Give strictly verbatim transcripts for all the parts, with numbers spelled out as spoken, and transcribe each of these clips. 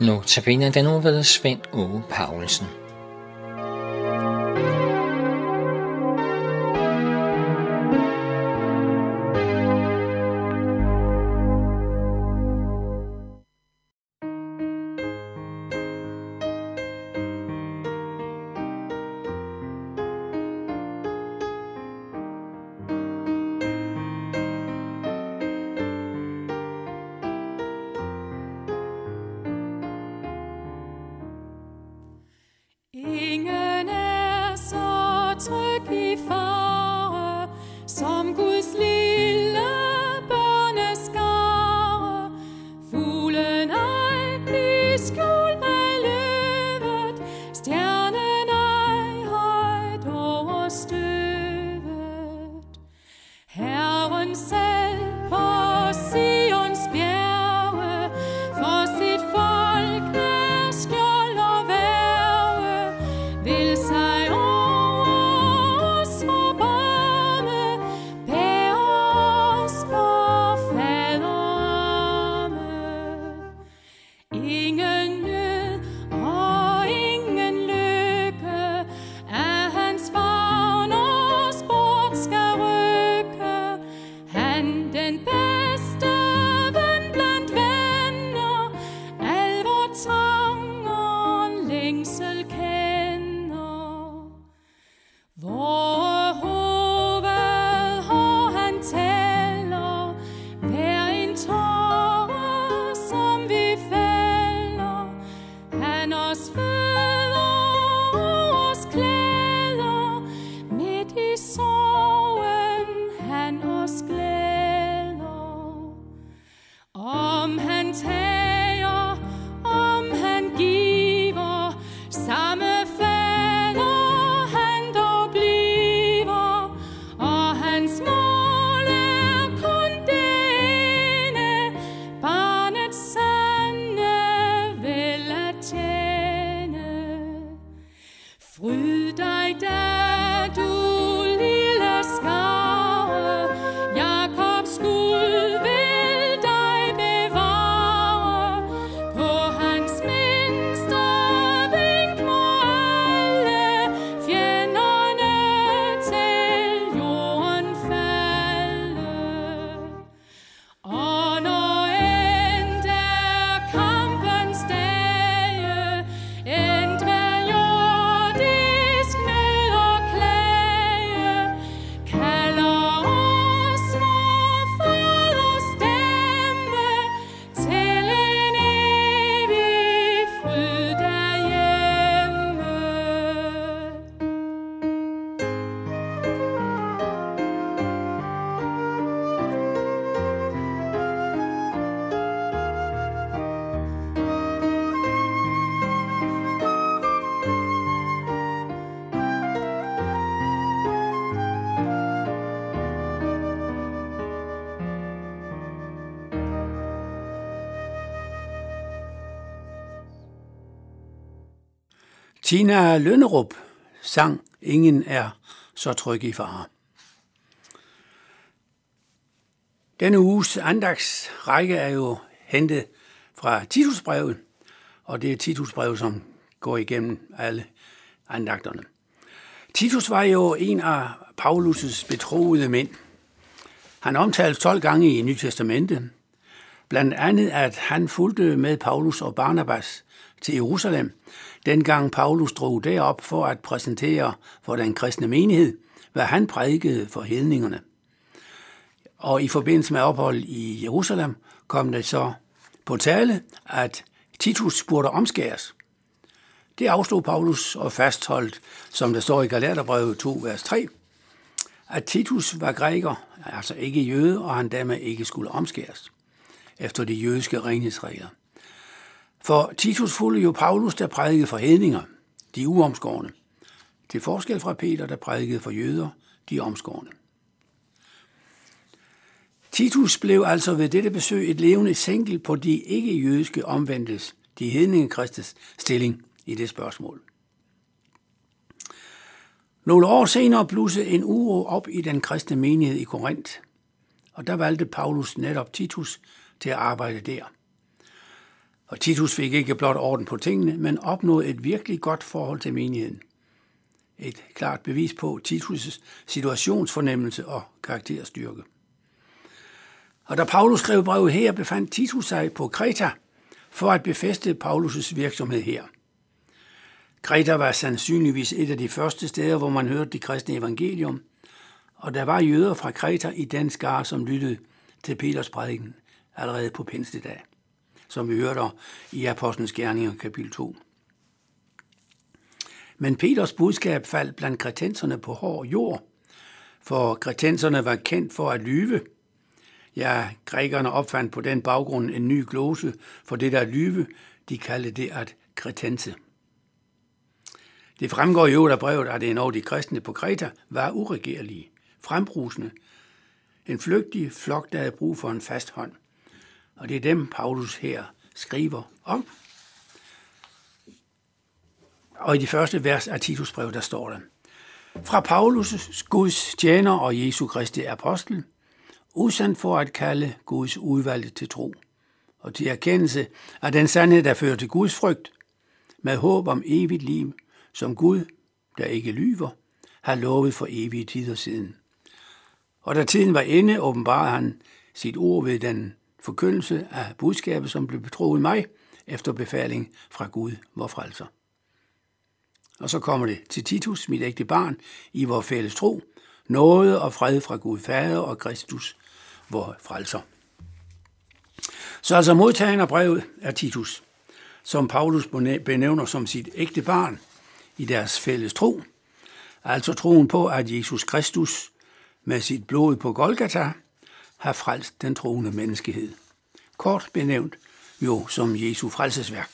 Notabene den nu ved Svend Åge Paulsen. Ingen er så tryg i fare, som Guds lille børneskare. Fuglen ej i skjul bag løvet, stjernen ej højt over støvet. Herren selv på Sions bjerge, for sit folk er skjold og værge, vil sig over os forbarme, bære os på faderarme. Ingen nød og ingen lykke af hans favn os bort skal rykke. Han den bedste ven blandt venner, al vor trang og længsel kender. Vore hoved har han tæller, hver en tåre som vi fælder. Han os føder og os klæder, midt i sorgen han os glæder. Om han tager, om han giver, samme fader han dog bliver. Og hans mål er kun det ene, barnets sande vel at tjene. Fryd dig da, du lille skare, Jakobs Gud vil dig bevare. På hans mindste vink må alle fjenderne til jorden falde. Og når end er kampens dage, endt hvad jordisk nød og klage, kalder os vor faders stemme til en evig fryd derhjemme. Tina Lønnerup sang Ingen er så tryg i fare. Denne uges andagsrække er jo hentet fra Titusbrevet, og det er Titusbrevet, som går igennem alle andagterne. Titus var jo en af Paulus' betroede mænd. Han omtales tolv gange i Nye Testamentet, blandt andet at han fulgte med Paulus og Barnabas til Jerusalem, dengang Paulus drog derop for at præsentere for den kristne menighed, hvad han prædikede for hedningerne. Og i forbindelse med ophold i Jerusalem kom det så på tale, at Titus burde omskæres. Det afstod Paulus og fastholdt, som der står i Galaterbrevet to, vers tre, at Titus var græker, altså ikke jøde, og han dermed ikke skulle omskæres efter de jødiske renhedsregler. For Titus fulgte jo Paulus, der prædikede for hedninger, de uomskårne, til forskel fra Peter, der prædikede for jøder, de omskårne. Titus blev altså ved dette besøg et levende eksempel på de ikke-jødiske omvendtes, de hedningekristes stilling i det spørgsmål. Nogle år senere blussede en uro op i den kristne menighed i Korinth, og der valgte Paulus netop Titus til at arbejde der. Og Titus fik ikke blot orden på tingene, men opnåede et virkelig godt forhold til menigheden. Et klart bevis på Titus' situationsfornemmelse og karakterstyrke. Og da Paulus skrev brevet her, befandt Titus sig på Kreta for at befæste Paulus' virksomhed her. Kreta var sandsynligvis et af de første steder, hvor man hørte det kristne evangelium, og der var jøder fra Kreta i den skare, som lyttede til Peters prædiken allerede på pinsedag, som vi hørte i Apostlenes Gerninger kapitel to. Men Peters budskab faldt blandt kretenserne på hård jord, for kretenserne var kendt for at lyve. Ja, grækerne opfandt på den baggrund en ny glose for det der lyve, de kaldte det at kretense. Det fremgår jo af brevet, at endnu de kristne på Kreta var uregerlige, frembrusende, en flygtig flok, der havde brug for en fast hånd. Og det er dem, Paulus her skriver om. Og i de første vers af Titus brev, der står der: Fra Paulus, Guds tjener og Jesu Kristi apostel, udsendt for at kalde Guds udvalgte til tro, og til erkendelse af den sandhed, der fører til Guds frygt, med håb om evigt liv, som Gud, der ikke lyver, har lovet for evige tider siden. Og da tiden var inde, åbenbarede han sit ord ved den forkyndelse af budskabet, som blev betroet mig, efter befaling fra Gud, vor frelser. Og så kommer det til Titus, mit ægte barn, i vor fælles tro, nåde og fred fra Gud Fader og Kristus, vor frelser. Så altså modtageren af brevet er Titus, som Paulus benævner som sit ægte barn i deres fælles tro, altså troen på, at Jesus Kristus med sit blod på Golgata har frelst den troende menneskehed. Kort benævnt jo som Jesu frelsesværk.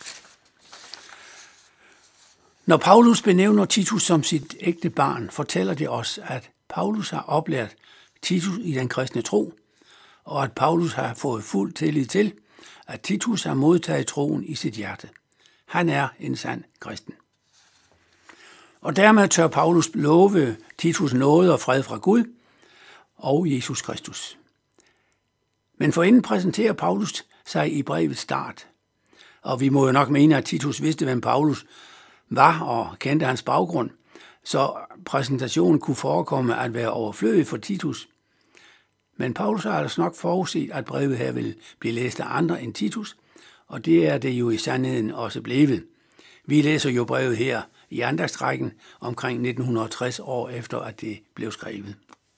Når Paulus benævner Titus som sit ægte barn, fortæller det os, at Paulus har oplært Titus i den kristne tro, og at Paulus har fået fuld tillid til, at Titus har modtaget troen i sit hjerte. Han er en sand kristen. Og dermed tør Paulus love Titus nåde og fred fra Gud og Jesus Kristus. Men forinden præsenterer Paulus sig i brevets start, og vi må jo nok mene, at Titus vidste, hvem Paulus var og kendte hans baggrund, så præsentationen kunne forekomme at være overflødig for Titus. Men Paulus har altså nok forudset, at brevet her vil blive læst af andre end Titus, og det er det jo i sandheden også blevet. Vi læser jo brevet her i andagtrækken omkring nitten tres år efter, at det blev skrevet.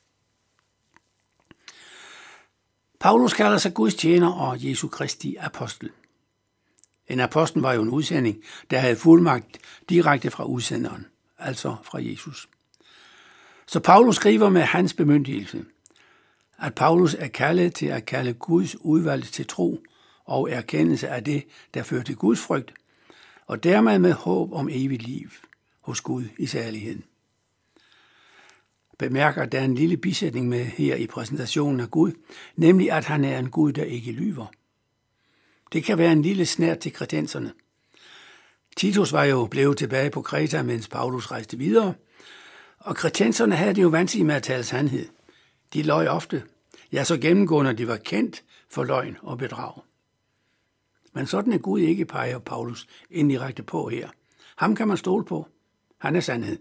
Paulus kalder sig Guds tjener og Jesu Kristi apostel. En apostel var jo en udsending, der havde fuldmagt direkte fra udsenderen, altså fra Jesus. Så Paulus skriver med hans bemyndigelse, at Paulus er kaldet til at kalde Guds udvalgte til tro og erkendelse af det, der fører til Guds frygt, og dermed med håb om evigt liv hos Gud i særligheden. Bemærk, at der er en lille bisætning med her i præsentationen af Gud, nemlig at han er en Gud, der ikke lyver. Det kan være en lille snert til kretenserne. Titus var jo blevet tilbage på Kreta, mens Paulus rejste videre, og kretenserne havde det jo vanskeligt med at tale sandhed. De løj ofte, ja så gennemgående, de var kendt for løgn og bedrag. Men sådan er Gud ikke, peger Paulus indirekte på her. Ham kan man stole på. Han er sandhed.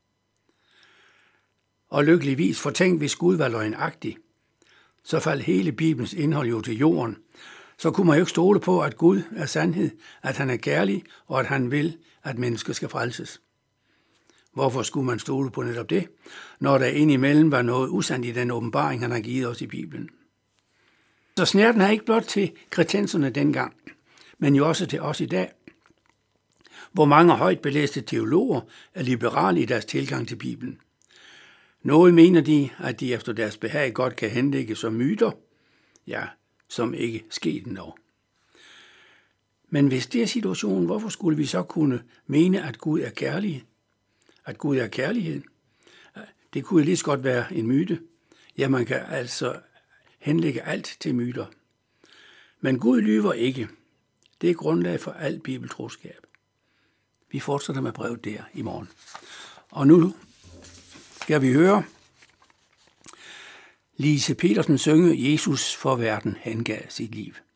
Og lykkeligvis, for tænk, hvis Gud var løgnagtig, så faldt hele Bibelens indhold jo til jorden. Så kunne man jo ikke stole på, at Gud er sandhed, at han er kærlig, og at han vil, at mennesker skal frelses. Hvorfor skulle man stole på netop det, når der indimellem var noget usandt i den åbenbaring, han har givet os i Bibelen? Så snerten er ikke blot til kretenserne dengang, men jo også til os i dag, hvor mange højt belæste teologer er liberale i deres tilgang til Bibelen. Noget mener de, at de efter deres behag godt kan henlægge som myter, ja, som ikke skete endnu. Men hvis det er situationen, hvorfor skulle vi så kunne mene, at Gud er kærlig? At Gud er kærlighed? Det kunne lige så godt være en myte. Ja, man kan altså henlægge alt til myter. Men Gud lyver ikke. Det er grundlag for alt bibeltroskab. Vi fortsætter med brevet der i morgen. Og nu skal vi høre Lise Petersen synge Jesus for verden hengav sit liv.